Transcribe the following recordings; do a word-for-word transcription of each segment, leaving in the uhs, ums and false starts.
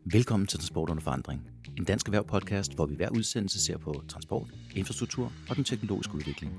Velkommen til Transport under forandring. En dansk erhverv-podcast, hvor vi hver udsendelse ser på transport, infrastruktur og den teknologiske udvikling.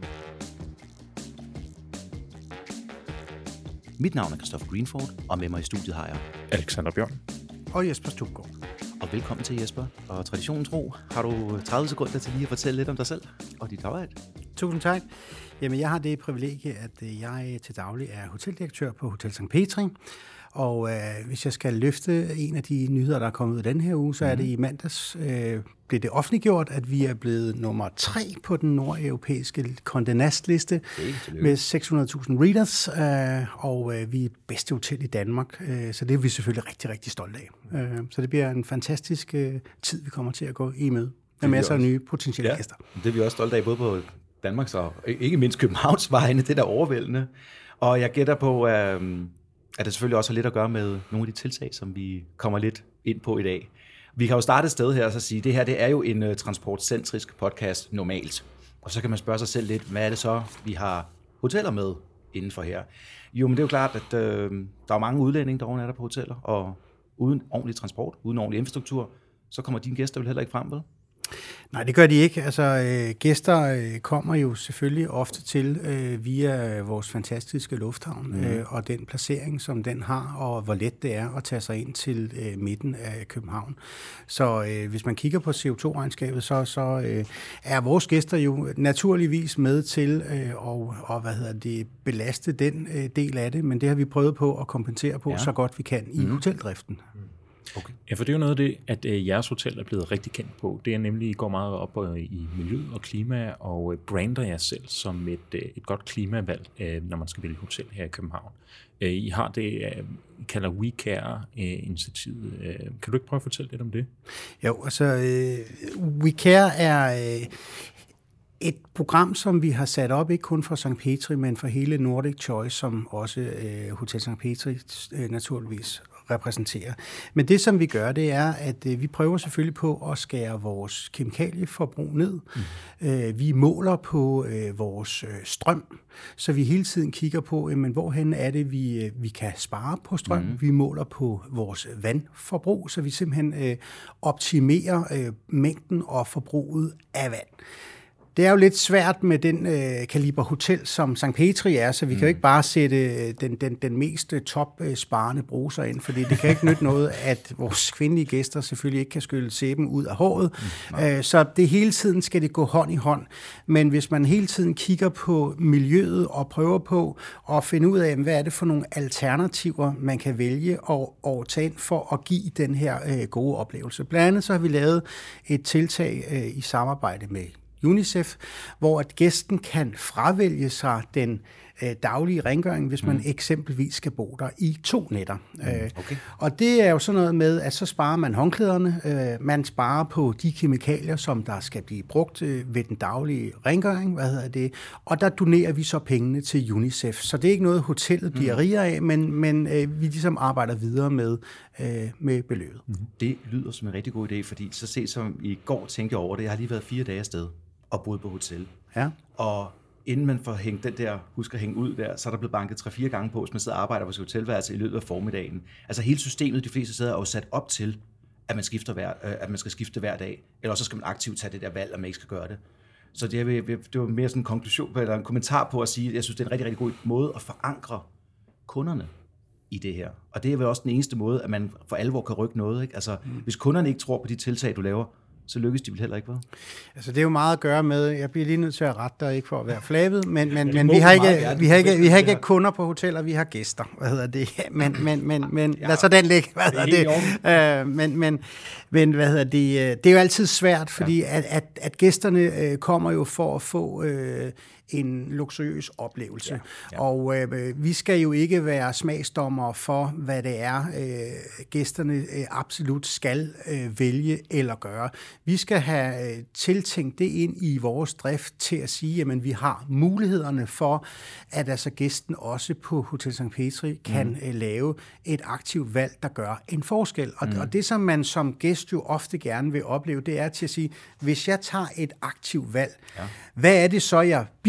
Mit navn er Christopher Greenford, og med mig i studiet har jeg Alexander Bjørn og Jesper Stubgaard. Og velkommen til Jesper. Og traditionen tro, har du tredive sekunder til lige at fortælle lidt om dig selv og dit arbejde? Tusind tak. Jamen, jeg har det privilegie, at jeg til daglig er hoteldirektør på Hotel Sankt Petri. Og øh, hvis jeg skal løfte en af de nyheder, der er kommet ud den her uge, så er det i mandags øh, blev det offentliggjort, at vi er blevet nummer tre på den nordeuropæiske Condé Nast-liste med seks hundrede tusind readers, øh, og øh, vi er bedste hotel i Danmark, øh, så det er vi selvfølgelig rigtig, rigtig stolte af. Øh, så det bliver en fantastisk øh, tid, vi kommer til at gå i møde med masser af nye potentielle ja, gæster. Det er vi også stolte af, både på Danmarks og ikke mindst Københavns vegne, det der overvældende. Og jeg gætter på, øh, at det selvfølgelig også har lidt at gøre med nogle af de tiltag, som vi kommer lidt ind på i dag. Vi kan jo starte et sted her og så sige, at det her det er jo en uh, transportcentrisk podcast normalt. Og så kan man spørge sig selv lidt, hvad er det så, vi har hoteller med inden for her? Jo, men det er jo klart, at øh, der er mange udlændinge, der er der på hoteller, og uden ordentlig transport, uden ordentlig infrastruktur, så kommer dine gæster vel heller ikke frem, vel? Nej, det gør de ikke. Altså, øh, gæster øh, kommer jo selvfølgelig ofte til øh, via vores fantastiske lufthavn mm. øh, og den placering, som den har, og hvor let det er at tage sig ind til øh, midten af København. Så øh, hvis man kigger på C O to regnskabet, så, så øh, er vores gæster jo naturligvis med til øh, og, og hvad hedder det, belaste den øh, del af det, men det har vi prøvet på at kompensere på, ja. så godt vi kan i mm. hoteldriften. Mm. Okay. Ja, for det er jo noget af det, at øh, jeres hotel er blevet rigtig kendt på. Det er nemlig, I går meget op øh, i miljø og klima, og øh, brander jer selv som et, øh, et godt klimavalg, øh, når man skal vælge hotel her i København. Øh, I har det, øh, I kalder WeCare-initiativet. Øh, kan du ikke prøve at fortælle lidt om det? Jo, altså øh, WeCare er Øh et program, som vi har sat op, ikke kun for Sankt Petri, men for hele Nordic Choice, som også øh, Hotel Sankt Petri øh, naturligvis repræsenterer. Men det, som vi gør, det er, at øh, vi prøver selvfølgelig på at skære vores kemikalieforbrug ned. Mm. Øh, vi måler på øh, vores øh, strøm, så vi hele tiden kigger på, øh, men hvorhen er det, vi, øh, vi kan spare på strøm. Mm. Vi måler på vores vandforbrug, så vi simpelthen øh, optimerer øh, mængden og forbruget af vand. Det er jo lidt svært med den øh, kaliber hotel, som Sankt Petri er, så vi mm. kan jo ikke bare sætte den, den, den mest top-sparende bruser ind, fordi det kan ikke nytte noget, at vores kvindelige gæster selvfølgelig ikke kan skylle sæben ud af håret. Mm. Øh, så det hele tiden skal det gå hånd i hånd. Men hvis man hele tiden kigger på miljøet og prøver på at finde ud af, hvad er det for nogle alternativer, man kan vælge og, og tage ind for at give den her øh, gode oplevelse. Blandt andet så har vi lavet et tiltag øh, i samarbejde med UNICEF, hvor at gæsten kan fravælge sig den øh, daglige rengøring, hvis man mm. eksempelvis skal bo der i to nætter. Mm, okay. øh, og det er jo sådan noget med, at så sparer man håndklæderne, øh, man sparer på de kemikalier, som der skal blive brugt øh, ved den daglige rengøring, hvad hedder det, og der donerer vi så pengene til UNICEF. Så det er ikke noget, hotellet bliver mm. rigere af, men, men øh, vi ligesom arbejder videre med, øh, med beløbet. Mm. Det lyder som en rigtig god idé, fordi så set som i går tænkte jeg over det, jeg har lige været fire dage afsted og boet på hotel. Ja. Og inden man får hængt den der, husk at hænge ud der, så er der blevet banket tre-fire gange på, hvis man sidder og arbejder på sit hotelværelse i løbet af formiddagen. Altså hele systemet, de fleste steder, er jo sat op til, at man, skifter hver, at man skal skifte hver dag, eller også skal man aktivt tage det der valg, at man ikke skal gøre det. Så det, det var mere sådan en konklusion, eller en kommentar på at sige, at jeg synes, det er en rigtig, rigtig god måde at forankre kunderne i det her. Og det er vel også den eneste måde, at man for alvor kan rykke noget. Ikke? Altså, mm. hvis kunderne ikke tror på de tiltag, du laver, så lykkes de vel heller ikke, hvad? Altså, det er jo meget at gøre med, jeg bliver lige nødt til at rette dig, ikke for at være flabet, men, men, men vi har ikke, vi har ikke, vi har ikke kunder på hoteller, vi har gæster, hvad hedder det? Men, men, men, men ja, lad så den ligge, hvad hedder det? Uh, men, men, men, hvad hedder det? Det er jo altid svært, fordi ja. at, at, at gæsterne uh, kommer jo for at få uh, en luksuriøs oplevelse. Ja, ja. Og øh, vi skal jo ikke være smagsdommere for, hvad det er, øh, gæsterne øh, absolut skal øh, vælge eller gøre. Vi skal have øh, tiltænkt det ind i vores drift til at sige, at vi har mulighederne for, at altså gæsten også på Hotel Sankt Petri kan mm. øh, lave et aktivt valg, der gør en forskel. Og, mm. og det, som man som gæst jo ofte gerne vil opleve, det er til at sige, hvis jeg tager et aktivt valg, ja. hvad er det så, jeg bidrager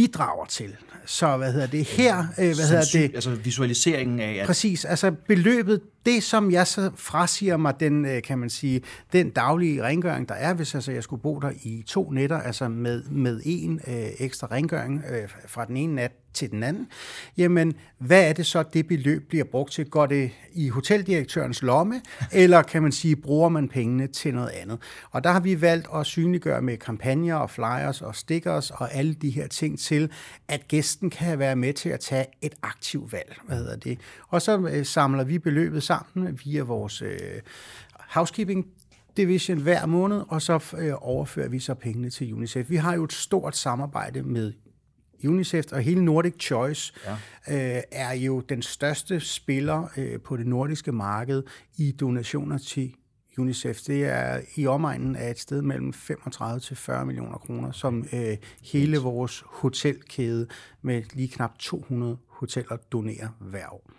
bidrager til. Så hvad hedder det her? Øh, hvad hedder det? Altså visualiseringen af... At... Præcis, altså beløbet, det som jeg så frasiger mig, den kan man sige, den daglige rengøring, der er, hvis altså, jeg skulle bo der i to nætter, altså med, med en øh, ekstra rengøring øh, fra den ene nat til den anden, jamen, hvad er det så, det beløb bliver brugt til? Går det i hoteldirektørens lomme, eller kan man sige, bruger man pengene til noget andet? Og der har vi valgt at synliggøre med kampagner og flyers og stickers og alle de her ting til, at gæsten kan være med til at tage et aktivt valg. Hvad hedder det? Og så øh, samler vi beløbet sammen via vores øh, housekeeping division hver måned, og så øh, overfører vi så pengene til UNICEF. Vi har jo et stort samarbejde med UNICEF, og hele Nordic Choice ja. øh, er jo den største spiller øh, på det nordiske marked i donationer til UNICEF. Det er i omegnen af et sted mellem femogtredive til fyrre millioner kroner, som øh, hele vores hotelkæde med lige knap to hundrede hoteller donerer hver år.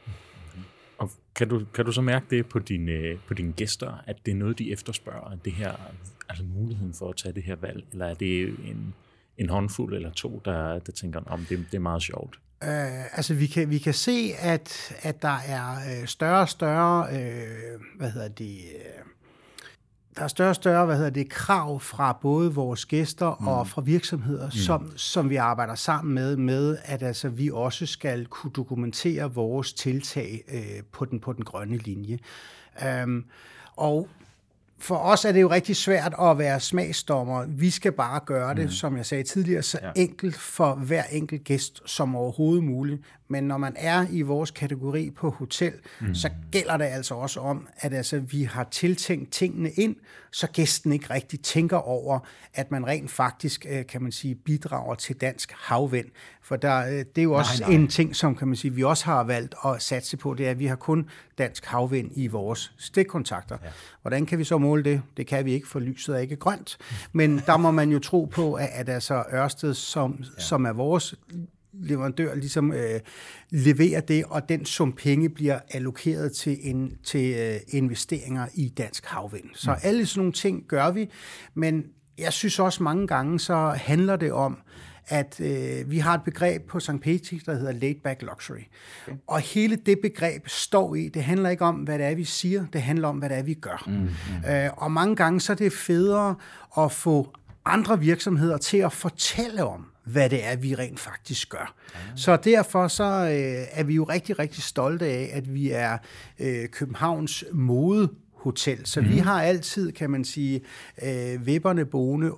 Og kan du, kan du så mærke det på dine, på dine gæster, at det er noget, de efterspørger, det her, altså muligheden for at tage det her valg, eller er det en en håndfuld eller to, der, der tænker, om det, det er meget sjovt? Uh, altså, vi kan, vi kan se, at, at der er uh, større og større, uh, hvad hedder det, uh, der er større og større, hvad hedder det, krav fra både vores gæster mm. og fra virksomheder, mm. som, som vi arbejder sammen med, med at altså, vi også skal kunne dokumentere vores tiltag uh, på, den, på den grønne linje. Um, og For os er det jo rigtig svært at være smagsdommer. Vi skal bare gøre det, mm. som jeg sagde tidligere, så ja. enkelt for hver enkelt gæst som overhovedet muligt. Men når man er i vores kategori på hotel, mm. så gælder det altså også om, at altså, vi har tiltænkt tingene ind, så gæsten ikke rigtig tænker over, at man rent faktisk, kan man sige, bidrager til dansk havvind. For der, det er jo også nej, nej. en ting, som kan man sige, vi også har valgt at satse på, det er, at vi har kun dansk havvind i vores stikkontakter. Ja. Hvordan kan vi så måle det? Det kan vi ikke, for lyset er ikke grønt. Men der må man jo tro på, at, at altså Ørsted, som, ja. som er vores leverandør, ligesom øh, leverer det, og den sum penge bliver allokeret til, en, til øh, investeringer i dansk havvind. Så mm. alle sådan nogle ting gør vi, men jeg synes også mange gange, så handler det om, at øh, vi har et begreb på Sankt Petri, der hedder laid back luxury. Okay. Og hele det begreb står i, det handler ikke om, hvad det er, vi siger, det handler om, hvad det er, vi gør. Mm, mm. Øh, og mange gange så er det federe at få andre virksomheder til at fortælle om, hvad det er, vi rent faktisk gør. Ja. Så derfor så øh, er vi jo rigtig, rigtig stolte af, at vi er øh, Københavns modehotel. Så mm. vi har altid, kan man sige, øh, vipperne boende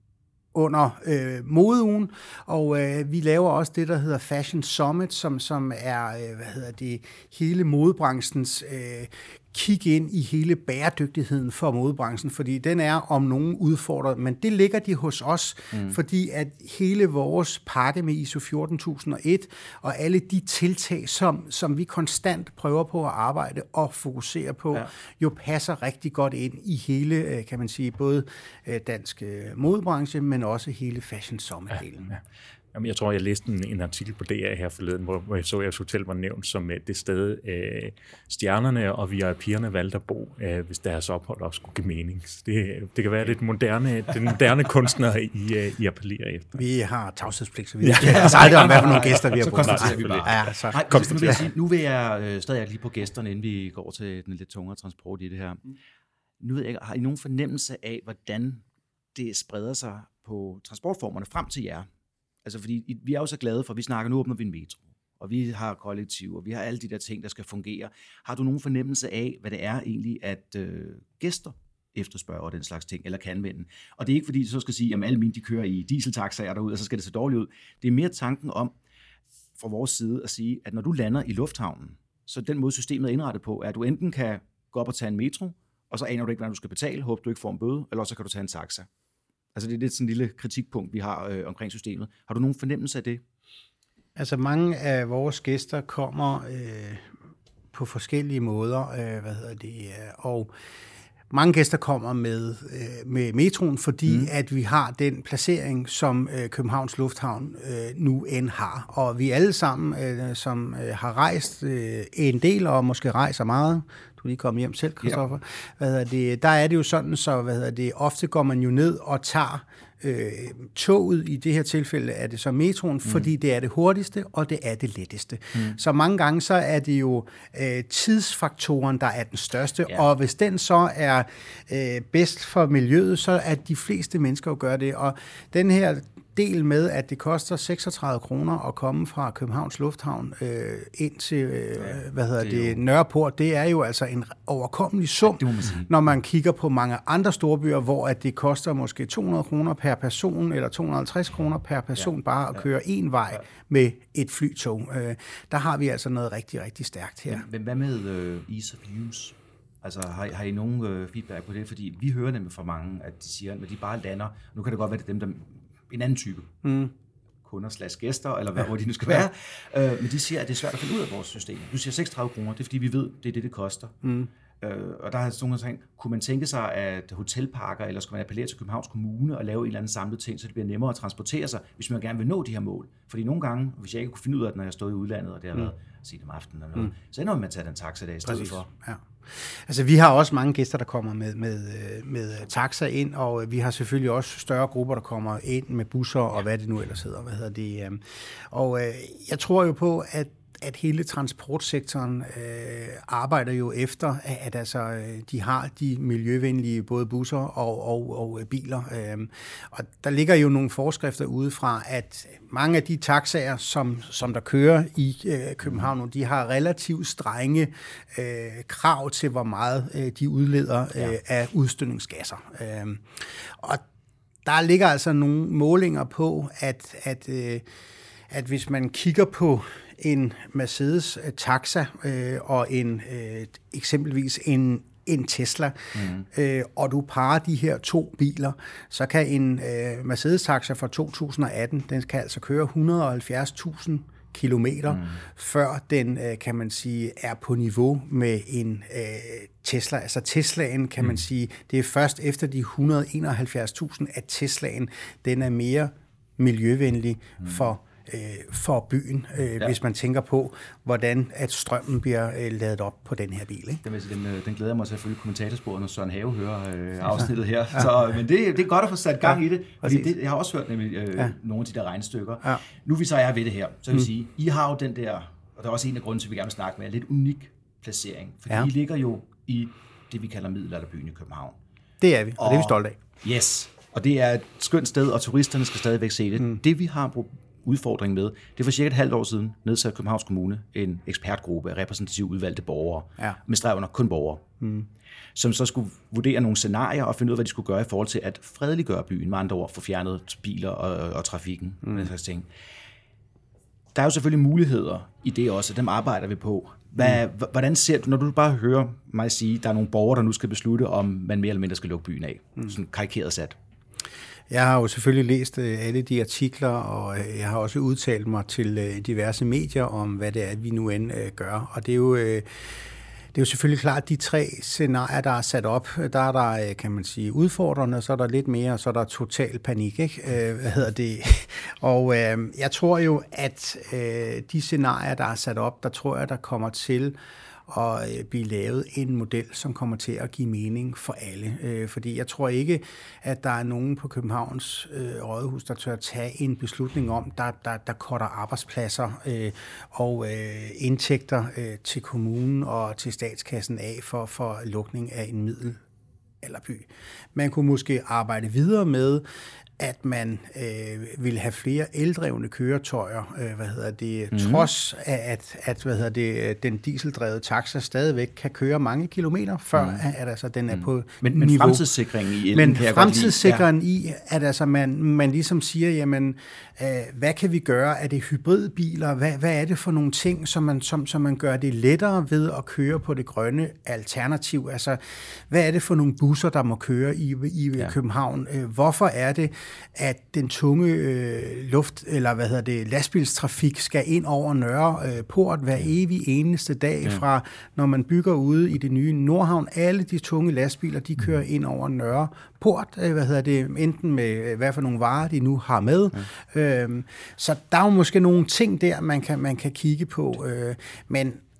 under øh, modeugen, og øh, vi laver også det, der hedder Fashion Summit, som, som er, øh, hvad hedder det, hele modebranchens øh, kig ind i hele bæredygtigheden for modebranchen, fordi den er om nogen udfordret, men det ligger de hos os, mm. fordi at hele vores pakke med I S O fjorten tusind og et og alle de tiltag, som, som vi konstant prøver på at arbejde og fokusere på, ja. jo passer rigtig godt ind i hele, kan man sige, både dansk modebranche, men også hele Fashion Summit-delen. Ja, ja. Jamen, jeg tror, jeg læste en, en artikel på D R her forleden, hvor, hvor jeg så, at jeres hotel var nævnt som uh, det sted, uh, stjernerne og V I P'erne valgte at bo, uh, hvis deres ophold også skulle give mening. Det, det kan være lidt moderne, den moderne kunstner, I, uh, I appellerer efter. Vi har tavshedspligt, så vi ja. kan altså aldrig om, hvad for nogle gæster vi har brugt. Så konstaterer vi bare. Ja, så. Nej, nu, vil jeg sige, nu vil jeg øh, stadig lige på gæsterne, inden vi går til den lidt tungere transport i det her. Nu ved jeg ikke, har I nogen fornemmelse af, hvordan det spreder sig på transportformerne frem til jer? Altså, fordi vi er jo så glade for, at vi snakker, nu åbner vi en metro, og vi har kollektiv, og vi har alle de der ting, der skal fungere. Har du nogen fornemmelse af, hvad det er egentlig, at øh, gæster efterspørger den slags ting, eller kan anvende? Og det er ikke, fordi de så skal sige, at alle mine, de kører i dieseltaxaer derude, og så skal det se dårligt ud. Det er mere tanken om, fra vores side, at sige, at når du lander i lufthavnen, så den måde systemet er indrettet på, er, at du enten kan gå op og tage en metro, og så aner du ikke, hvordan du skal betale, håber du ikke får en bøde, eller så kan du tage en taxa. Altså det er lidt sådan en lille kritikpunkt, vi har øh, omkring systemet. Har du nogen fornemmelse af det? Altså mange af vores gæster kommer øh, på forskellige måder, øh, hvad hedder det, øh, og mange gæster kommer med, øh, med metroen, fordi mm. at vi har den placering, som øh, Københavns Lufthavn øh, nu end har. Og vi alle sammen, øh, som øh, har rejst øh, en del, og måske rejser meget, du lige komme hjem selv, Christoffer, ja. Hvad hedder det, der er det jo sådan, så hvad hedder det, ofte går man jo ned og tager øh, toget, i det her tilfælde er det så metroen, mm. fordi det er det hurtigste, og det er det letteste. Mm. Så mange gange så er det jo øh, tidsfaktoren, der er den største, ja. Og hvis den så er øh, bedst for miljøet, så er de fleste mennesker jo gør det, og den her del med, at det koster seksogtredive kroner at komme fra Københavns Lufthavn øh, ind til øh, ja, hvad hedder det, det Nørreport, det er jo altså en overkommelig sum, ja, man når man kigger på mange andre storbyer, hvor at det koster måske to hundrede kroner per person, eller to hundrede og halvtreds kroner per person, ja, bare at køre en vej ja. Med et flytog. Øh, der har vi altså noget rigtig, rigtig stærkt her. Men, men hvad med uh, ease of use? Altså, har, har I nogen uh, feedback på det? Fordi vi hører nemlig fra mange, at de siger, at når de bare lander, nu kan det godt være, det er dem, der en anden type mm. kunder slags gæster, eller hvad, ja. Hvor de nu skal være. Ja. Øh, men de siger, at det er svært at finde ud af vores system. Du siger seksogtredive kroner, det er fordi, vi ved, det er det, det koster. Mm. Øh, og der er sådan nogle ting, kunne man tænke sig, at hotelparker, eller skulle man appellere til Københavns Kommune og lave en eller anden samlet ting, så det bliver nemmere at transportere sig, hvis man gerne vil nå de her mål. Fordi nogle gange, hvis jeg ikke kunne finde ud af det, når jeg stod i udlandet, og det har mm. været sent om aftenen eller noget, mm. så ender man med at tage den taxa der i stedet for. Ja. Altså, vi har også mange gæster, der kommer med, med, med taxa ind, og vi har selvfølgelig også større grupper, der kommer ind med busser, og hvad det nu ellers hedder. Hvad hedder det? Og jeg tror jo på, at at hele transportsektoren øh, arbejder jo efter, at, at altså, de har de miljøvenlige både busser og, og, og biler. Øh, og der ligger jo nogle forskrifter udefra, at mange af de taxaer, som, som der kører i øh, København, de har relativt strenge øh, krav til, hvor meget øh, de udleder øh, ja. Af udstødningsgasser. Øh, og der ligger altså nogle målinger på, at, at, øh, at hvis man kigger på en Mercedes Taxa øh, og en øh, eksempelvis en en Tesla, mm. øh, og du parer de her to biler, så kan en øh, Mercedes Taxa fra to tusind og atten, den kan altså køre et hundrede og halvfjerds tusind kilometer, mm. før den, øh, kan man sige, er på niveau med en øh, Tesla. Altså Teslaen, kan mm. man sige, det er først efter de et hundrede og enoghalvfjerds tusind, at Teslaen, den er mere miljøvenlig mm. for for byen, øh, ja. Hvis man tænker på, hvordan at strømmen bliver øh, ladet op på den her bil. Ikke? Den, den, den glæder mig til at følge kommentatorsporet, når Søren Have hører øh, afsnittet her. Ja. Så, men det, det er godt at få sat gang ja. I det. Fordi det. Jeg har også hørt nemlig øh, ja. Nogle af de der regnestykker. Ja. Nu vi så er ved det her, så vil mm. sige, I har jo den der, og der er også en af grunden til, at vi gerne vil snakke med, lidt unik placering. Fordi ja. I ligger jo i det, vi kalder middelalderbyen i København. Det er vi, og, og det er vi stolte af. Yes, og det er et skønt sted, og turisterne skal stadigvæk se det. Mm. Det vi har brugt udfordring med. Det var cirka et halvt år siden nedsatte Københavns Kommune en ekspertgruppe af repræsentativt udvalgte borgere, ja. Med streg under kun borgere, mm. som så skulle vurdere nogle scenarier og finde ud af, hvad de skulle gøre i forhold til at fredeliggøre byen, med andre ord, få fjernet biler og, og trafikken. Mm. Den slags ting. Der er jo selvfølgelig muligheder i det også, og dem arbejder vi på. Hvad, mm. Hvordan ser du, når du bare hører mig sige, der er nogle borgere, der nu skal beslutte, om man mere eller mindre skal lukke byen af, mm. sådan karikeret sat? Jeg har jo selvfølgelig læst alle de artikler, og jeg har også udtalt mig til diverse medier om, hvad det er, vi nu end gør. Og det er jo, det er jo selvfølgelig klart, at de tre scenarier, der er sat op, der er der, kan man sige, udfordrende, så er der lidt mere, og så er der total panik, ikke? Hvad hedder det? Og jeg tror jo, at de scenarier, der er sat op, der tror jeg, der kommer til og blive lavet en model, som kommer til at give mening for alle. Fordi jeg tror ikke, at der er nogen på Københavns øh, rådhus, der tør tage en beslutning om, der, der, der korter arbejdspladser øh, og øh, indtægter øh, til kommunen og til statskassen af for, for lukning af en middelalderby. Man kunne måske arbejde videre med, at man øh, vil have flere eldrevne køretøjer, øh, hvad hedder det, mm. trods af, at, at hvad hedder det, den dieseldrevede taxa stadigvæk kan køre mange kilometer, før mm. at, at altså, den er mm. på men, men niveau. Fremtidssikringen i elden, Men fremtidssikringen ja. I, at altså, man, man ligesom siger, jamen, øh, hvad kan vi gøre? Er det hybridbiler? Hvad, hvad er det for nogle ting, som man, som, som man gør det lettere ved at køre på det grønne alternativ? Altså, hvad er det for nogle busser, der må køre i, i ja. København? Hvorfor er det, at den tunge øh, luft, eller hvad hedder det, lastbilstrafik skal ind over Nørreport hver evig eneste dag, ja. Fra når man bygger ude i det nye Nordhavn. Alle de tunge lastbiler, de kører ind over Nørreport, øh, hvad hedder det, enten med hvad for nogle varer, de nu har med. Ja. Øhm, så der er jo måske nogle ting der, man kan, man kan kigge på, øh, men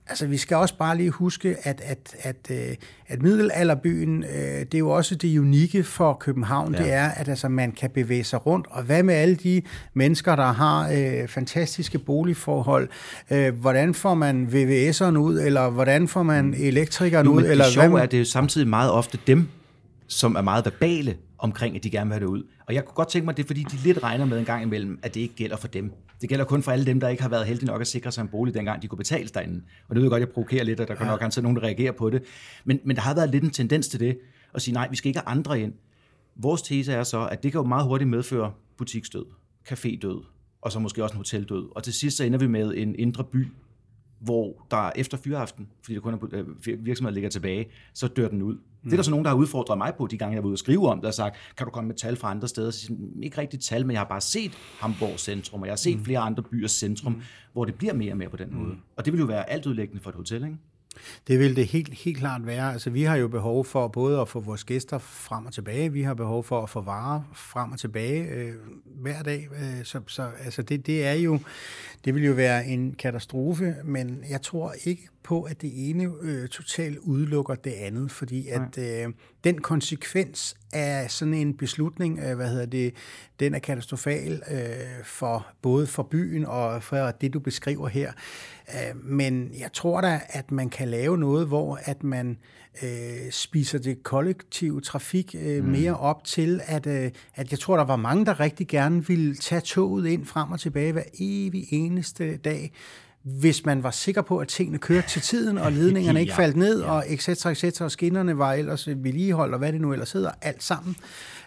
Altså, vi skal også bare lige huske, at, at, at, at middelalderbyen, det er jo også det unikke for København, ja. Det er, at altså, man kan bevæge sig rundt. Og hvad med alle de mennesker, der har øh, fantastiske boligforhold? Øh, hvordan får man V V S'eren ud, eller hvordan får man elektrikeren ud? Det eller sjove hvad... er, at det er jo samtidig meget ofte dem, som er meget verbale omkring, at de gerne vil have det ud. Og jeg kunne godt tænke mig, det er fordi, de lidt regner med en gang imellem, at det ikke gælder for dem. Det gælder kun for alle dem, der ikke har været heldige nok at sikre sig en bolig, dengang de kunne betale derinde. Og det ved jeg godt, jeg provokerer lidt, og der kan ja. nok altid nogen, der reagerer på det. Men, men der har været lidt en tendens til det, at sige, nej, vi skal ikke have andre ind. Vores tese er så, at det kan jo meget hurtigt medføre butiksdød, cafédød, og så måske også en hoteldød. Og til sidst så ender vi med en indre by, hvor der efter fyreaften, fordi der kun er virksomheder ligger tilbage, så dør den ud. Mm. Det er der så nogen, der har udfordret mig på, de gange jeg var ude og skrive om det, og sagt, kan du komme med tal fra andre steder? Så siger, ikke rigtigt tal, men jeg har bare set Hamburg centrum, og jeg har set mm. flere andre byers centrum, mm. hvor det bliver mere og mere på den måde. Mm. Og det vil jo være altudlæggende for et hotel, ikke? Det vil det helt, helt klart være. Altså, vi har jo behov for både at få vores gæster frem og tilbage, vi har behov for at få varer frem og tilbage øh, hver dag. Øh, så så altså, det, det er jo, det vil jo være en katastrofe, men jeg tror ikke på, at det ene øh, totalt udelukker det andet, fordi at øh, den konsekvens af sådan en beslutning, øh, hvad hedder det, den er katastrofal øh, for både for byen og for det, du beskriver her. Øh, men jeg tror da, at man kan lave noget, hvor at man øh, spiser det kollektive trafik øh, mm. mere op til, at, øh, at jeg tror, der var mange, der rigtig gerne ville tage toget ind frem og tilbage hver evig eneste dag, hvis man var sikker på, at tingene kørte til tiden, og ledningerne ikke ja, faldt ned, ja. og et cetera et cetera, og skinnerne var ellers vedligeholdt, og hvad det nu ellers hedder, alt sammen,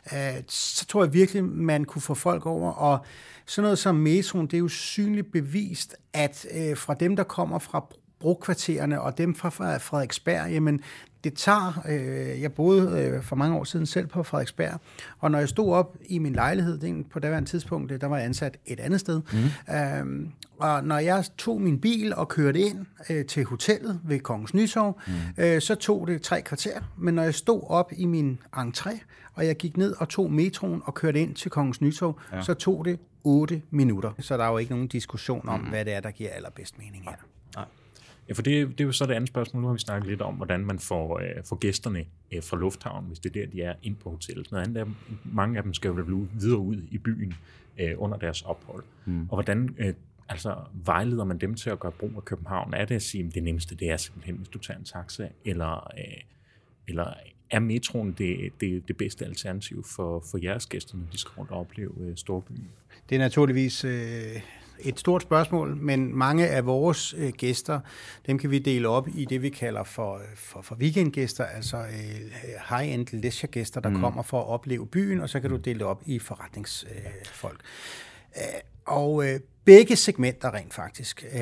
så tror jeg virkelig, man kunne få folk over. Og sådan noget som metroen, det er jo synligt bevist, at fra dem, der kommer fra brokvartererne, og dem fra Frederiksberg, jamen, det tager, øh, jeg boede øh, for mange år siden selv på Frederiksberg, og når jeg stod op i min lejlighed, det, på daværende tidspunkt, der var jeg ansat et andet sted, mm. øhm, og når jeg tog min bil og kørte ind øh, til hotellet ved Kongens Nytorv, mm. øh, så tog det tre kvarter, men når jeg stod op i min entré, og jeg gik ned og tog metroen og kørte ind til Kongens Nytorv, ja. så tog det otte minutter. Så der er jo ikke nogen diskussion om, mm. hvad det er, der giver allerbedst mening her. Nej. Ja, for det, det er jo så det andet spørgsmål. Nu har vi snakket lidt om, hvordan man får, øh, får gæsterne øh, fra lufthavnen, hvis det er der, de er ind på hotellet. Noget andet er, mange af dem skal jo blive videre ud i byen øh, under deres ophold. Mm. Og hvordan øh, altså, vejleder man dem til at gøre brug af København? Er det at sige, at det nemmeste det er simpelthen, hvis du tager en taxa, eller, øh, eller er metroen det, det, det bedste alternativ for, for jeres gæster, når de skal rundt og opleve øh, storbyen? Det er naturligvis øh, et stort spørgsmål, men mange af vores øh, gæster, dem kan vi dele op i det, vi kalder for, for, for weekendgæster, altså øh, high-end leisure-gæster, der mm. kommer for at opleve byen, og så kan du dele det op i forretningsfolk. Øh, øh, og øh, begge segmenter rent faktisk øh,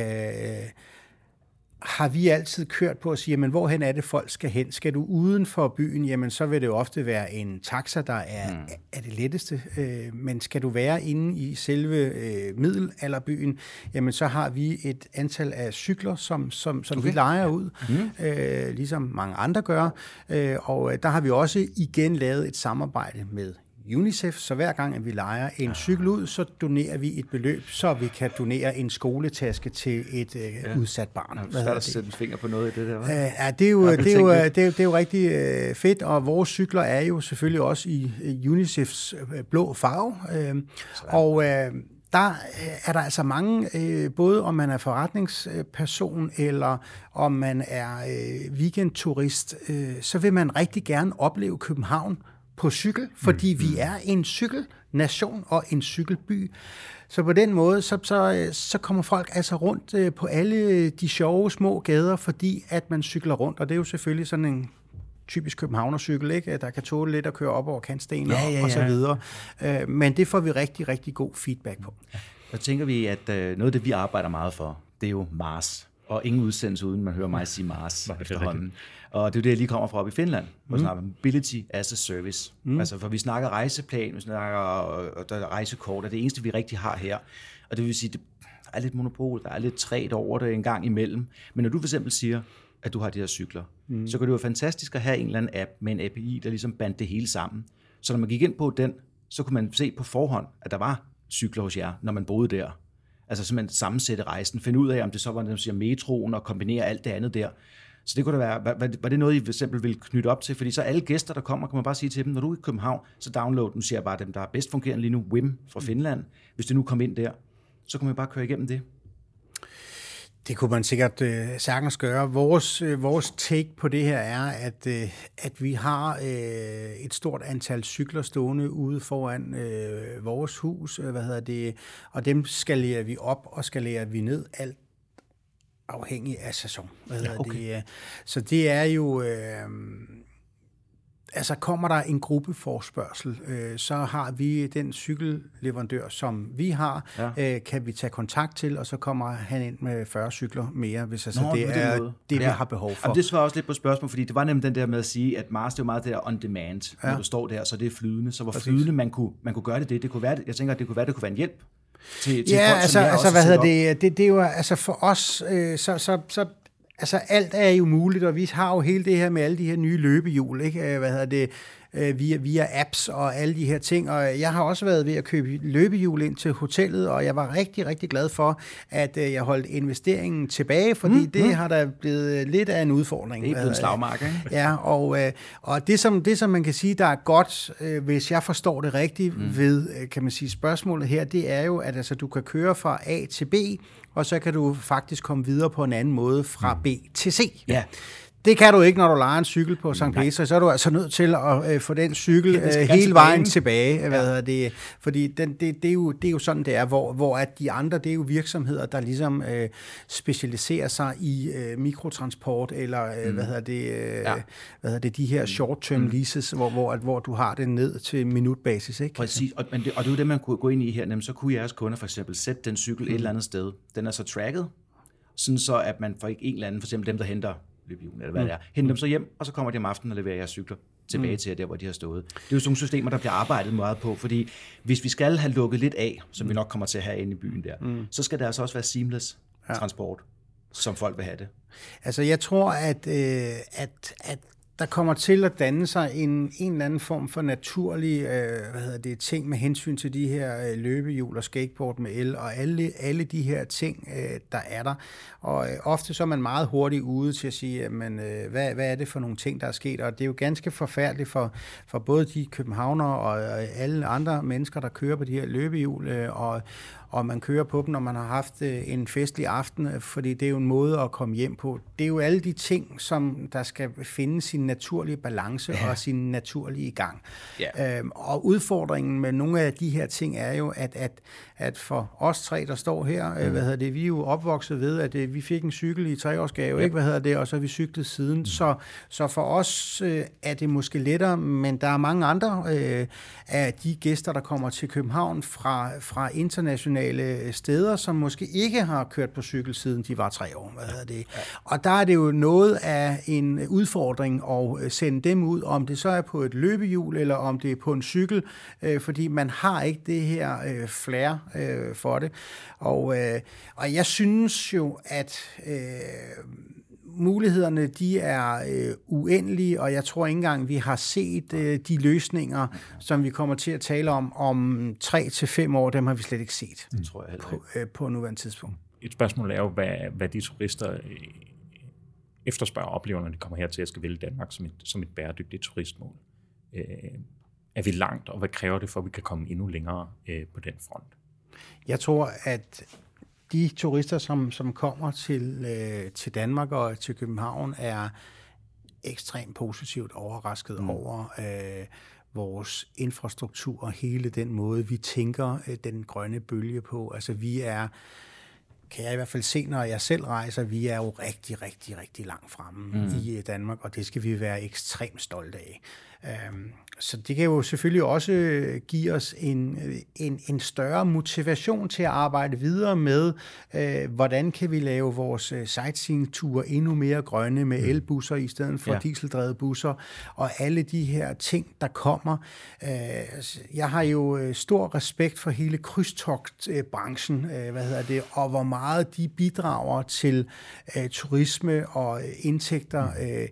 har vi altid kørt på at sige, jamen hvorhen er det folk skal hen? Skal du uden for byen, jamen så vil det jo ofte være en taxa, der er, mm. er det letteste. Øh, men skal du være inde i selve øh, middelalderbyen, jamen så har vi et antal af cykler, som, som, som okay. vi lejer ud, mm. øh, ligesom mange andre gør. Øh, og der har vi også igen lavet et samarbejde med UNICEF, så hver gang, at vi lejer en cykel ud, så donerer vi et beløb, så vi kan donere en skoletaske til et øh, ja. udsat barn. Det er svært at sætte en finger på noget i det der, hva'? Ja, det er jo, det er jo, det er, det er jo rigtig øh, fedt, og vores cykler er jo selvfølgelig også i UNICEFs øh, blå farve, øh, og øh, der er der altså mange, øh, både om man er forretningsperson, eller om man er øh, weekendturist, øh, så vil man rigtig gerne opleve København på cykel, fordi mm. vi er en cykelnation og en cykelby. Så på den måde, så, så, så kommer folk altså rundt på alle de sjove små gader, fordi at man cykler rundt, og det er jo selvfølgelig sådan en typisk københavnercykel, ikke? Der kan tåle lidt at køre op over kantsten ja, ja, ja. og så videre. Men det får vi rigtig, rigtig god feedback på. Så tænker vi, at noget af det, vi arbejder meget for, det er jo Mars. Og ingen udsendelse, uden man hører mig sige Mars efterhånden. Og det er jo det, jeg lige kommer fra op i Finland, hvor vi mm. snakker Mobility as a Service. Mm. Altså, for vi snakker rejseplan, vi snakker og der er rejsekort, og det eneste, vi rigtig har her. Og det vil sige, der er lidt monopol, der er lidt træt over det en gang imellem. Men når du for eksempel siger, at du har de her cykler, mm. så kan det jo være fantastisk at have en eller anden app med en A P I, der ligesom bandt det hele sammen. Så når man gik ind på den, så kunne man se på forhånd, at der var cykler hos jer, når man boede der. Altså simpelthen sammensætte rejsen, finde ud af, om det så var, når man siger metroen, og kombinere alt det andet der. Så det kunne da være, var, var det noget, I for eksempel ville knytte op til? Fordi så alle gæster, der kommer, kan man bare sige til dem, når du er i København, så download, nu siger jeg bare dem, der er bedst fungerende lige nu, Wim fra Finland. Hvis det nu kommer ind der, så kan man bare køre igennem det. Det kunne man sikkert øh, sagtens gøre. Vores, øh, vores take på det her er, at, øh, at vi har øh, et stort antal cykler stående ude foran øh, vores hus, øh, hvad hedder det, og dem skalerer vi op og skalerer vi ned, alt afhængig af sæson. Hvad hedder ja, okay. det? Så det er jo... Øh, Altså kommer der en gruppeforspørgsel, øh, så har vi den cykelleverandør, som vi har, ja. øh, kan vi tage kontakt til, og så kommer han ind med fyrre cykler mere, hvis altså Nå, det er det, det, vi ja. har behov for. Jamen, det svarer også lidt på spørgsmål, fordi det var nemlig den der med at sige, at Mars det er jo meget det der on demand, ja. Når du står der, så det er flydende. Så hvor Præcis. flydende man kunne, man kunne gøre det, det, det kunne være, jeg tænker, at det kunne være, det kunne være en hjælp til, til ja, folk, altså, altså hvad hedder det, det, det er jo altså for os, øh, så, så, så altså alt er jo muligt, og vi har jo hele det her med alle de her nye løbehjul, ikke? Hvad hedder det, via, via apps og alle de her ting, og jeg har også været ved at købe løbehjul ind til hotellet, og jeg var rigtig, rigtig glad for, at jeg holdt investeringen tilbage, fordi mm, det mm. har da blevet lidt af en udfordring. Det er blevet en slagmark, ikke? Ja, og, og det, som, det, som man kan sige, der er godt, hvis jeg forstår det rigtigt mm. ved, kan man sige, spørgsmålet her, det er jo, at altså, du kan køre fra A til B, og så kan du faktisk komme videre på en anden måde fra B til C. Ja. Det kan du ikke, når du lejer en cykel på Sankt Petri, så er du altså nødt til at øh, få den cykel øh, hele vejen tilbage. Ja. Hvad det, fordi den, det, det, er jo, det er jo sådan, det er, hvor, hvor at de andre, det er jo virksomheder, der ligesom øh, specialiserer sig i øh, mikrotransport, eller øh, mm. hvad hedder det, øh, ja. hvad hedder det, de her short-term mm. leases, hvor, hvor, at, hvor du har det ned til minutbasis. Ikke? Præcis, og, men det, og det er jo det, man kunne gå ind i her, nemlig, så kunne jeres kunder for eksempel sætte den cykel mm. et eller andet sted. Den er så tracket, sådan så at man får ikke en eller anden, for eksempel dem, der henter løbehjul, eller hvad mm. det er. Hente dem så hjem, og så kommer de om aftenen og leverer jeres cykler tilbage mm. til der, hvor de har stået. Det er jo sådan nogle systemer, der bliver arbejdet meget på, fordi hvis vi skal have lukket lidt af, som mm. vi nok kommer til at have inde i byen der, mm. så skal der altså også være seamless ja. transport, som folk vil have det. Altså jeg tror, at, øh, at, at der kommer til at danne sig en, en eller anden form for naturlig øh, hvad hedder det, ting med hensyn til de her øh, løbehjul og skateboard med el og alle, alle de her ting, øh, der er der. Og øh, ofte så er man meget hurtigt ude til at sige, jamen, øh, hvad, hvad er det for nogle ting, der er sket? Og det er jo ganske forfærdeligt for, for både de københavnere og øh, alle andre mennesker, der kører på de her løbehjul, øh, og og man kører på dem, når man har haft en festlig aften, fordi det er jo en måde at komme hjem på. Det er jo alle de ting, som der skal finde sin naturlige balance ja. og sin naturlige gang. Ja. Øhm, og udfordringen med nogle af de her ting er jo, at, at, at for os tre, der står her, mm. hvad hedder det, vi er jo opvokset ved, at det, vi fik en cykel i treårsgave, ja. ikke, hvad hedder det, og så har vi cyklet siden. Mm. Så, så for os øh, er det måske lettere, men der er mange andre øh, af de gæster, der kommer til København fra, fra internationale steder, som måske ikke har kørt på cykel siden de var tre år. Hvad hedder det? Ja. Og der er det jo noget af en udfordring at sende dem ud, om det så er på et løbehjul, eller om det er på en cykel, øh, fordi man har ikke det her øh, flair øh, for det. Og, øh, og jeg synes jo, at øh, mulighederne, de er øh, uendelige, og jeg tror ikke engang, vi har set øh, de løsninger, som vi kommer til at tale om om tre til fem år, dem har vi slet ikke set det tror jeg på, øh, på nuværende tidspunkt. Et spørgsmål er jo, hvad, hvad de turister øh, efterspørger og oplever, når de kommer her til at skal vælge Danmark som et, som et bæredygtigt turistmål. Øh, er vi langt, og hvad kræver det for, at vi kan komme endnu længere øh, på den front? Jeg tror, at de turister, som, som kommer til, øh, til Danmark og til København, er ekstremt positivt overrasket mm. over øh, vores infrastruktur og hele den måde, vi tænker øh, den grønne bølge på. Altså vi er, kan jeg i hvert fald se, når jeg selv rejser, vi er jo rigtig, rigtig, rigtig langt fremme mm. i Danmark, og det skal vi være ekstremt stolte af. Um, så det kan jo selvfølgelig også give os en, en, en større motivation til at arbejde videre med, uh, hvordan kan vi lave vores sightseeing-ture endnu mere grønne med elbusser i stedet for ja. dieseldrevne busser, og alle de her ting, der kommer. Uh, jeg har jo stor respekt for hele krydstogtbranchen, uh, hvad hedder det, og hvor meget de bidrager til uh, turisme og indtægter uh,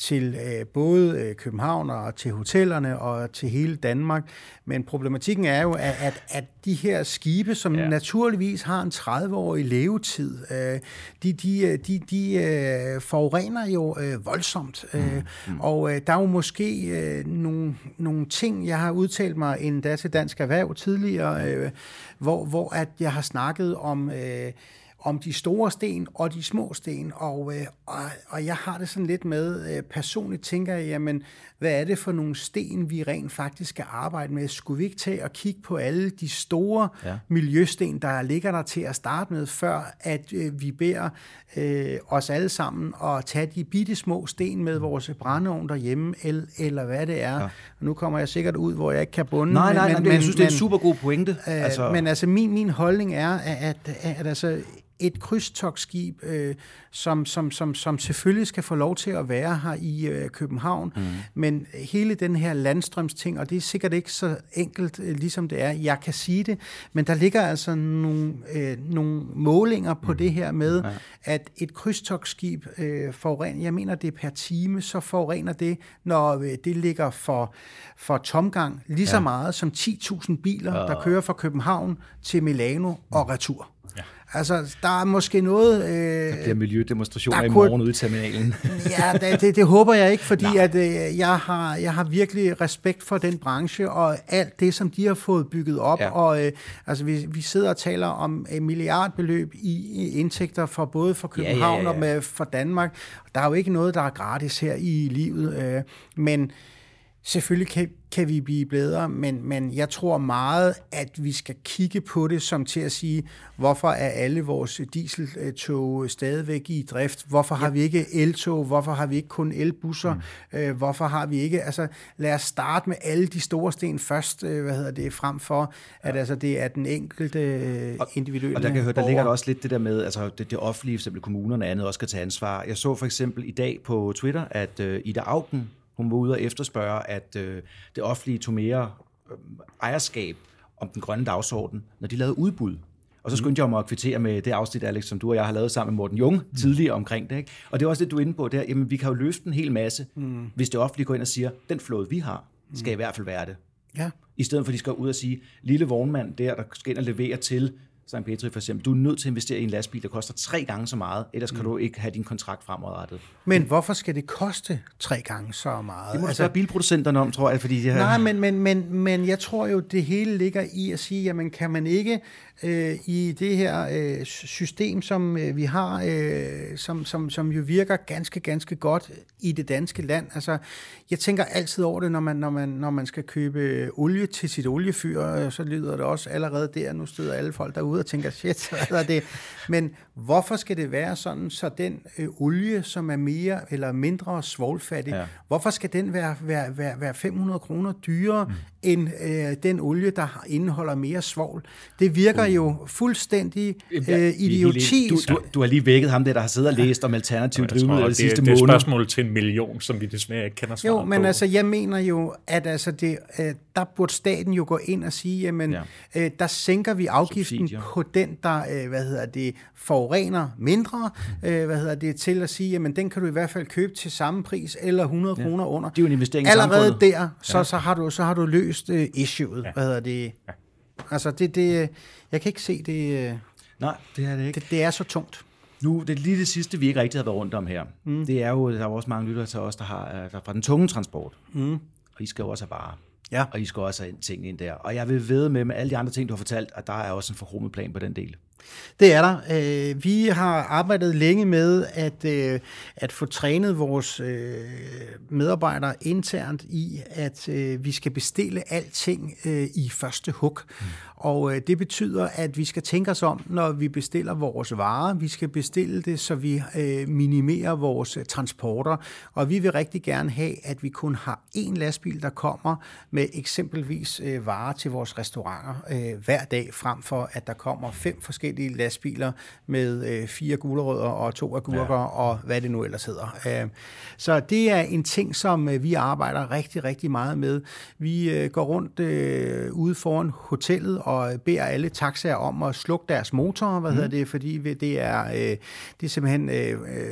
til øh, både øh, København og til hotellerne og til hele Danmark. Men problematikken er jo, at, at, at de her skibe, som ja. naturligvis har en tredive-årig levetid, øh, de, de, de, de øh, forurener jo øh, voldsomt. Mm. Øh, mm. Og øh, der er jo måske øh, nogle, nogle ting, jeg har udtalt mig endda til Dansk Erhverv tidligere, øh, hvor, hvor at jeg har snakket om... Øh, om de store sten og de små sten, og, øh, og, og jeg har det sådan lidt med, øh, personligt tænker jeg, jamen, hvad er det for nogle sten, vi rent faktisk skal arbejde med? Skulle vi ikke tage og kigge på alle de store ja. miljøsten, der ligger der til at starte med, før at øh, vi beder øh, os alle sammen at tage de bitte små sten med vores brændeovn derhjemme, eller, eller hvad det er. Ja. Og nu kommer jeg sikkert ud, hvor jeg ikke kan bunde. Nej, nej, men, nej, jeg synes, men, det er en super god pointe. Øh, altså. Men altså, min, min holdning er, at, at, at altså, et krydstogtskib, øh, som, som, som, som selvfølgelig skal få lov til at være her i øh, København, mm. men hele den her landstrømsting, og det er sikkert ikke så enkelt, øh, ligesom det er, jeg kan sige det, men der ligger altså nogle, øh, nogle målinger på mm. det her med, ja. at et krydstogtskib øh, forurener, jeg mener det er per time, så forurener det, når øh, det ligger for, for tomgang, lige så ja. meget som ti tusind biler, ja. der kører fra København til Milano og retur. Ja. Altså, der er måske noget... Øh, der bliver miljødemonstrationer i morgen ude i terminalen. Ja, det, det, det håber jeg ikke, fordi at, øh, jeg, har, jeg har virkelig respekt for den branche, og alt det, som de har fået bygget op. Ja. Og øh, altså, vi, vi sidder og taler om et milliardbeløb i, i indtægter for både for København ja, ja, ja. og med, for Danmark. Der er jo ikke noget, der er gratis her i livet, øh, men... Selvfølgelig kan, kan vi blive bedre, men, men jeg tror meget, at vi skal kigge på det som til at sige, hvorfor er alle vores dieseltog stadigvæk i drift? Hvorfor har ja. vi ikke eltog? Hvorfor har vi ikke kun elbusser? Mm. Øh, hvorfor har vi ikke... Altså, lad os starte med alle de store sten først, øh, hvad hedder det, frem for, at ja. altså, det er den enkelte øh, individuelle... Og der, kan jeg høre, der ligger der også lidt det der med, altså det, det offentlige, for eksempel kommunerne og andet, også skal tage ansvar. Jeg så for eksempel i dag på Twitter, at øh, Ida Auken, hun var ude og efterspørge, at øh, det offentlige tog mere øh, ejerskab om den grønne dagsorden, når de lavede udbud. Og så skyndte jeg mig at kvittere med det afsnit, Alex, som du og jeg har lavet sammen med Morten Jung mm. tidligere omkring det. Ikke? Og det er også det, du er inde på der. Jamen, vi kan jo løfte en hel masse, mm. hvis det offentlige går ind og siger, den flåde, vi har, skal mm. i hvert fald være det. Ja. I stedet for, at de skal ud og sige, lille vognmand der, der skal ind og levere til Sankt Petri for eksempel, du er nødt til at investere i en lastbil, der koster tre gange så meget, ellers kan mm. du ikke have din kontrakt fremadrettet. Men hvorfor skal det koste tre gange så meget? Det må altså være bilproducenterne om, tror jeg, fordi de har... Nej, men, men, men, men jeg tror jo, det hele ligger i at sige, jamen kan man ikke øh, i det her øh, system, som øh, vi har, øh, som, som, som jo virker ganske, ganske godt i det danske land. Altså, jeg tænker altid over det, når man, når man, når man skal købe olie til sit oliefyr, øh, så lyder det også allerede der, nu støder alle folk derude og tænker, shit, hvad er det? Men hvorfor skal det være sådan, så den øh, olie, som er mere eller mindre svovlfattig, ja. hvorfor skal den være, være, være, være fem hundrede kroner dyrere mm. end øh, den olie, der indeholder mere svovl? Det virker uh. jo fuldstændig øh, idiotisk. Du, du, du har lige vækket ham der, der har siddet og læst om alternativ drivmiddel de sidste måneder. Det er et spørgsmål til en million, som vi desværre ikke kender svaret på. Jo, men altså, jeg mener jo, at altså det, øh, der burde staten jo gå ind og sige, jamen, ja. øh, der sænker vi afgiften Subsidier. på den, der, øh, hvad hedder det, forurener mindre, øh, hvad hedder det, til at sige, jamen, den kan du i hvert fald købe til samme pris, eller hundrede ja. kroner under. Det er jo en investering i Allerede samfundet. der, så, ja. så, har du, så har du løst øh, issueet, ja. hvad hedder det. Ja. Altså, det, det, jeg kan ikke se det. Øh, Nej, det er det ikke. Det, det er så tungt. Nu, det er lige det sidste, vi ikke rigtig har været rundt om her. Mm. Det er jo, der er jo også mange lyttere til os, der har der fra den tunge transport. Mm. Og I skal jo også have varer. Ja. Og I skal også have ting ind der. Og jeg vil ved med, med alle de andre ting, du har fortalt, at der er også en forkromet plan på den del. Det er der. Vi har arbejdet længe med at, at få trænet vores medarbejdere internt i, at vi skal bestille alting i første hug. Mm. Og det betyder, at vi skal tænke os om, når vi bestiller vores varer. Vi skal bestille det, så vi minimerer vores transporter. Og vi vil rigtig gerne have, at vi kun har én lastbil, der kommer med eksempelvis varer til vores restauranter hver dag, frem for at der kommer fem forskellige lastbiler med fire gulerødder og to agurker ja. og hvad det nu ellers hedder. Så det er en ting, som vi arbejder rigtig, rigtig meget med. Vi går rundt ude foran hotellet og beder alle taxaer om at slukke deres motorer, hvad mm. hedder det, fordi det er, øh, det er simpelthen øh,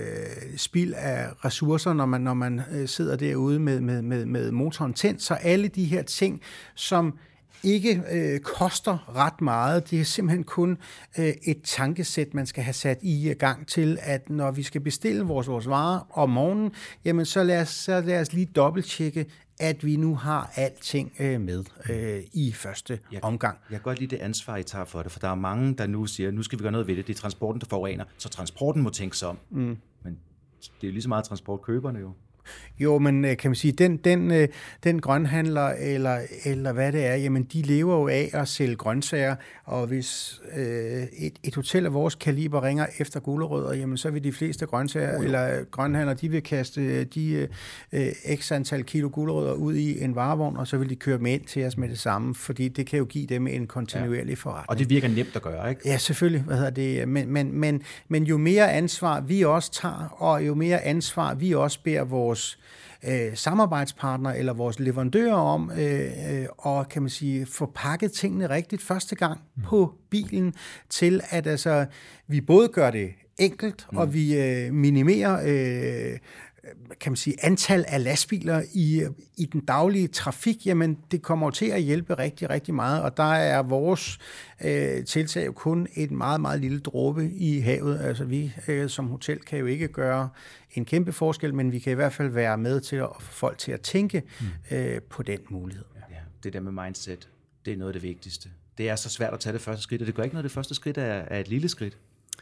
spild af ressourcer, når man, når man øh, sidder derude med, med, med, med motoren tændt. Så alle de her ting, som ikke øh, koster ret meget. Det er simpelthen kun øh, et tankesæt, man skal have sat i gang til, at når vi skal bestille vores, vores varer om morgenen, jamen så lad os, så lad os lige dobbelttjekke, at vi nu har alting øh, med øh, i første jeg, omgang. Jeg kan godt lide det ansvar, I tager for det, for der er mange, der nu siger, nu skal vi gøre noget ved det. Det er transporten, der forurener, så transporten må tænke sig om. Mm. Men det er lige så meget transportkøberne jo. Jo, men kan man sige, den, den, den grønhandler, eller, eller hvad det er, jamen de lever jo af at sælge grøntsager, og hvis øh, et, et hotel af vores kaliber ringer efter gulerødder, jamen så vil de fleste grøntsager, uh, eller grønthandler, de vil kaste de øh, x antal kilo gulerødder ud i en varevogn, og så vil de køre dem ind til os med det samme, fordi det kan jo give dem en kontinuerlig forretning. Og det virker nemt at gøre, ikke? Ja, selvfølgelig. Hvad hedder det? Men, men, men, men jo mere ansvar vi også tager, og jo mere ansvar vi også beder vores Øh, samarbejdspartnere eller vores leverandører om øh, øh, og kan man sige få pakket tingene rigtigt første gang mm. på bilen til at altså vi både gør det enkelt mm. og vi øh, minimerer øh, kan man sige antal af lastbiler i i den daglige trafik. Jamen det kommer til at hjælpe rigtig rigtig meget, og der er vores øh, tiltag jo kun et meget meget lille dråbe i havet. Altså vi øh, som hotel kan jo ikke gøre en kæmpe forskel, men vi kan i hvert fald være med til at få folk til at tænke mm. øh, på den mulighed. Ja, det der med mindset, det er noget af det vigtigste. Det er så svært at tage det første skridt, og det gør ikke noget, det første skridt er, er et lille skridt.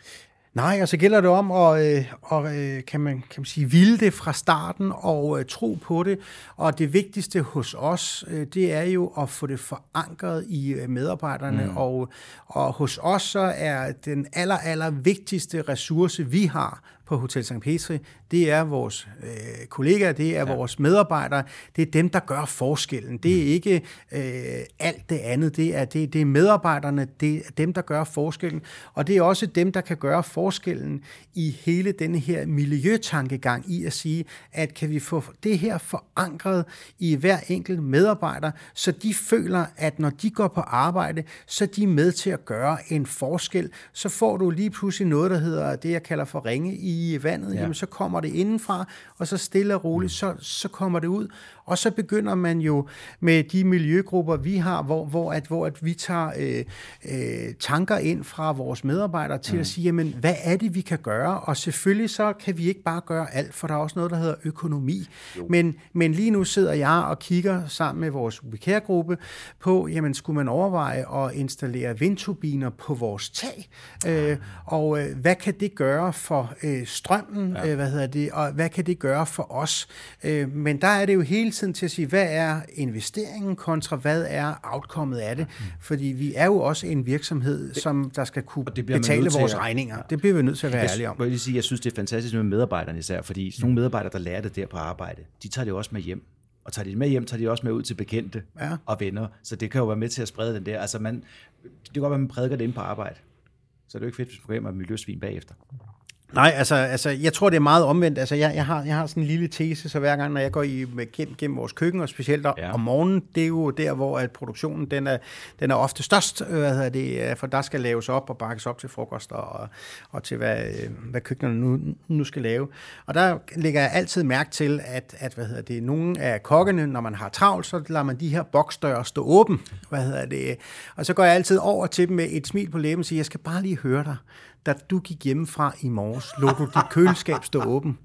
Nej, og så gælder det om at, øh, og, øh, kan, man, kan man sige, ville det fra starten og øh, tro på det. Og det vigtigste hos os, øh, det er jo at få det forankret i øh, medarbejderne. Mm. Og, og hos os så er den aller, aller vigtigste ressource, vi har på Hotel Sankt Petri, det er vores øh, kollegaer, det er ja. vores medarbejdere, det er dem, der gør forskellen. Det er ikke øh, alt det andet, det er, det, det er medarbejderne, det er dem, der gør forskellen, og det er også dem, der kan gøre forskellen i hele denne her miljøtankegang i at sige, at kan vi få det her forankret i hver enkelt medarbejder, så de føler, at når de går på arbejde, så er de med til at gøre en forskel. Så får du lige pludselig noget, der hedder det, jeg kalder for ringe i i vandet, ja. Jamen, så kommer det indenfra, og så stille og roligt, så, så kommer det ud. Og så begynder man jo med de miljøgrupper, vi har, hvor, hvor, at, hvor at vi tager øh, øh, tanker ind fra vores medarbejdere til mm. at sige, jamen, hvad er det, vi kan gøre? Og selvfølgelig så kan vi ikke bare gøre alt, for der er også noget, der hedder økonomi. Men, men lige nu sidder jeg og kigger sammen med vores U B Care-gruppe på, jamen, skulle man overveje at installere vindturbiner på vores tag? Øh, og øh, hvad kan det gøre for øh, strømmen, ja. øh, hvad hedder det, og hvad kan det gøre for os? Øh, men der er det jo hele tiden til at sige, hvad er investeringen kontra hvad er outcomet af det? Mm. Fordi vi er jo også en virksomhed, det, som der skal kunne betale vores at, regninger. Ja. Det bliver vi nødt til at være ærlige om. Jeg, jeg, sige, jeg synes, det er fantastisk med medarbejderne især, fordi sådan nogle medarbejdere, der lærer det der på arbejde, de tager det jo også med hjem. Og tager de med hjem, tager de også med ud til bekendte ja. og venner. Så det kan jo være med til at sprede den der. Altså man, det kan godt være, at man prædiker det inde på arbejde. Så det er jo ikke fedt, hvis man går miljøsvin bagefter. Nej, altså, altså jeg tror, det er meget omvendt. Altså, jeg, jeg, har, jeg har sådan en lille tese, så hver gang, når jeg går i, gennem, gennem vores køkken, og specielt ja. om morgenen, det er jo der, hvor at produktionen den er, den er ofte størst, hvad hedder det, for der skal laves op og bakkes op til frokost, og, og til, hvad, hvad køkkenerne nu, nu skal lave. Og der lægger jeg altid mærke til, at, at hvad hedder det, nogle af kokkene, når man har travlt, så lader man de her boksdøre stå åben, hvad hedder det, og så går jeg altid over til dem med et smil på læben og siger, jeg skal bare lige høre dig. Da du gik hjemmefra i morges, lå du dit køleskab stå åben?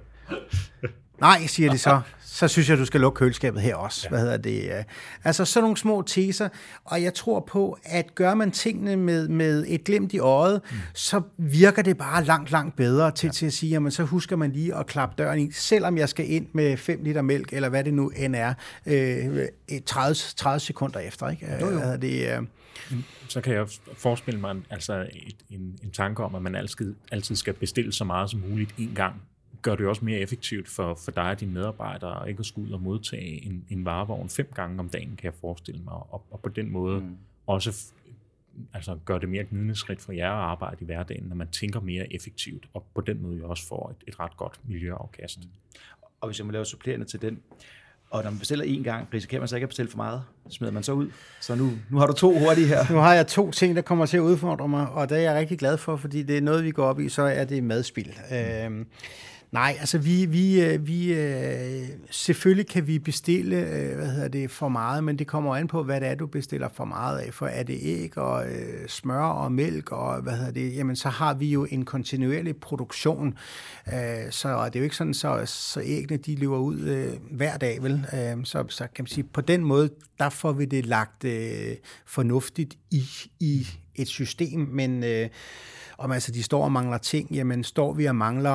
Nej, siger de så. Så synes jeg, du skal lukke køleskabet her også. Ja. Hvad hedder det? Altså sådan nogle små teser, og jeg tror på, at gør man tingene med, med et glimt i øjet, mm. så virker det bare langt, langt bedre til, ja. til at sige, jamen så husker man lige at klappe døren i, selvom jeg skal ind med fem liter mælk, eller hvad det nu end er, øh, tredive, tredive sekunder efter. Ikke? Jo, jo. Hvad hedder det? Øh, Så kan jeg forestille mig altså et, en, en tanke om, at man altid, altid skal bestille så meget som muligt en gang. Gør det også mere effektivt for, for dig og dine medarbejdere, ikke at skulle ud og modtage en, en varevogn fem gange om dagen, kan jeg forestille mig. Og, og på den måde mm. også altså, gør det mere gnidningsfrit for jer at arbejde i hverdagen, når man tænker mere effektivt, og på den måde også får et, et ret godt miljøafkast. Mm. Og hvis jeg må lave supplerende til den, og når man bestiller én gang, risikerer man så ikke at bestille for meget? Smider man så ud? Så nu, nu har du to hurtige her. Nu har jeg to ting, der kommer til at udfordre mig, og det er jeg rigtig glad for, fordi det er noget, vi går op i, så er det madspild. Mm. Øhm, Nej, altså vi, vi, vi selvfølgelig kan vi bestille, hvad hedder det, for meget, men det kommer an på, hvad det er, du bestiller for meget af. For er det æg og øh, smør og mælk og hvad hedder det, jamen så har vi jo en kontinuerlig produktion, øh, så det er jo ikke sådan, så, så æggene de løber ud øh, hver dag, vel? Øh, så, så kan man sige, på den måde, der får vi det lagt øh, fornuftigt i, i et system, men øh, om altså de står og mangler ting, jamen står vi og mangler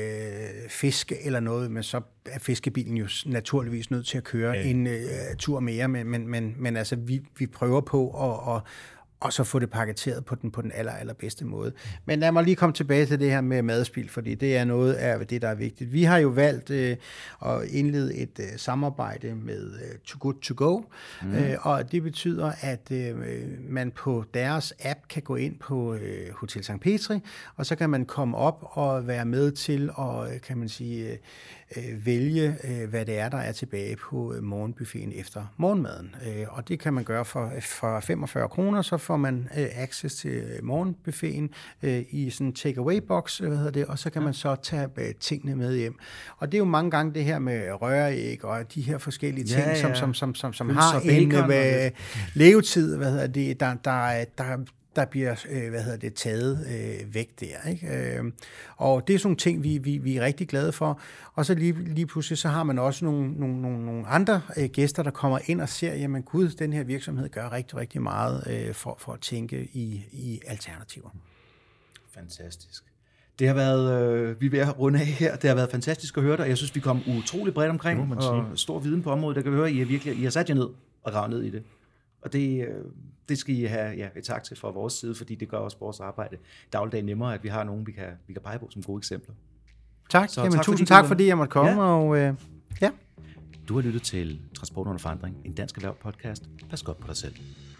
øh, fiske eller noget, men så er fiskebilen jo naturligvis nødt til at køre ja. en øh, tur mere, men, men, men, men altså vi, vi prøver på at, at og så få det paketeret på den, på den aller, allerbedste måde. Men lad mig lige komme tilbage til det her med madspil, fordi det er noget af det, der er vigtigt. Vi har jo valgt øh, at indlede et øh, samarbejde med øh, Too Good To Go, mm. øh, og det betyder, at øh, man på deres app kan gå ind på øh, Hotel Sankt Petri, og så kan man komme op og være med til at, kan man sige, øh, vælge, øh, hvad det er, der er tilbage på øh, morgenbuffeten efter morgenmaden. Øh, og det kan man gøre for, for femogfyrre kroner, så får man øh, access til morgenbuffeten øh, i sådan en take-away-box, hvad hedder det, og så kan man så tage øh, tingene med hjem. Og det er jo mange gange det her med røræg og de her forskellige ting, ja, ja. som, som, som, som, som har en øh, levetid, hvad hedder det, der, der, der der bliver, øh, hvad hedder det, taget øh, væk der, ikke? Øh, og det er sådan nogle ting, vi, vi, vi er rigtig glade for. Og så lige, lige pludselig, så har man også nogle, nogle, nogle, nogle andre øh, gæster, der kommer ind og ser, jamen gud, den her virksomhed gør rigtig, rigtig meget øh, for, for at tænke i, i alternativer. Fantastisk. Det har været, øh, vi er ved at runde af her, det har været fantastisk at høre dig. Jeg synes, vi kom utrolig bredt omkring, og stor viden på området. Der kan vi høre, I har virkelig, I har sat jer ned og ravet ned i det. Og det, det skal I have ja, et tak til fra vores side, fordi det gør også vores arbejde dagligdagen nemmere, at vi har nogen, vi kan, vi kan pege på som gode eksempler. Tak. Så, Jamen, tak tusind tak, fordi jeg måtte komme. Ja. Og, øh, ja. Du har lyttet til Transport under forandring, en dansk erhverv podcast. Pas godt på dig selv.